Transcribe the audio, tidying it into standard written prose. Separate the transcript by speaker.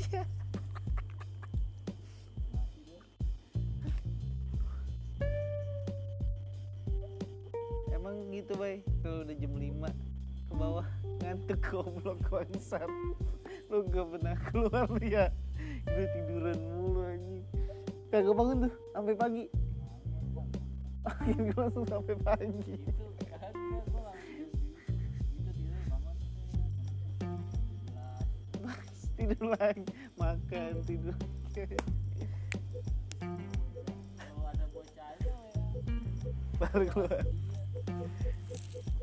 Speaker 1: Emang gitu bay, kalau udah jam 5 ke bawah ngantuk goblok bangsat. Lu gak pernah keluar ya, udah tiduran mulu anjing. Kagak bangun tuh sampai pagi. Akhirnya langsung sampai pagi. Tidur lagi, makan, tidur.
Speaker 2: Kalau ada bocah aja ya.
Speaker 1: Baru keluar.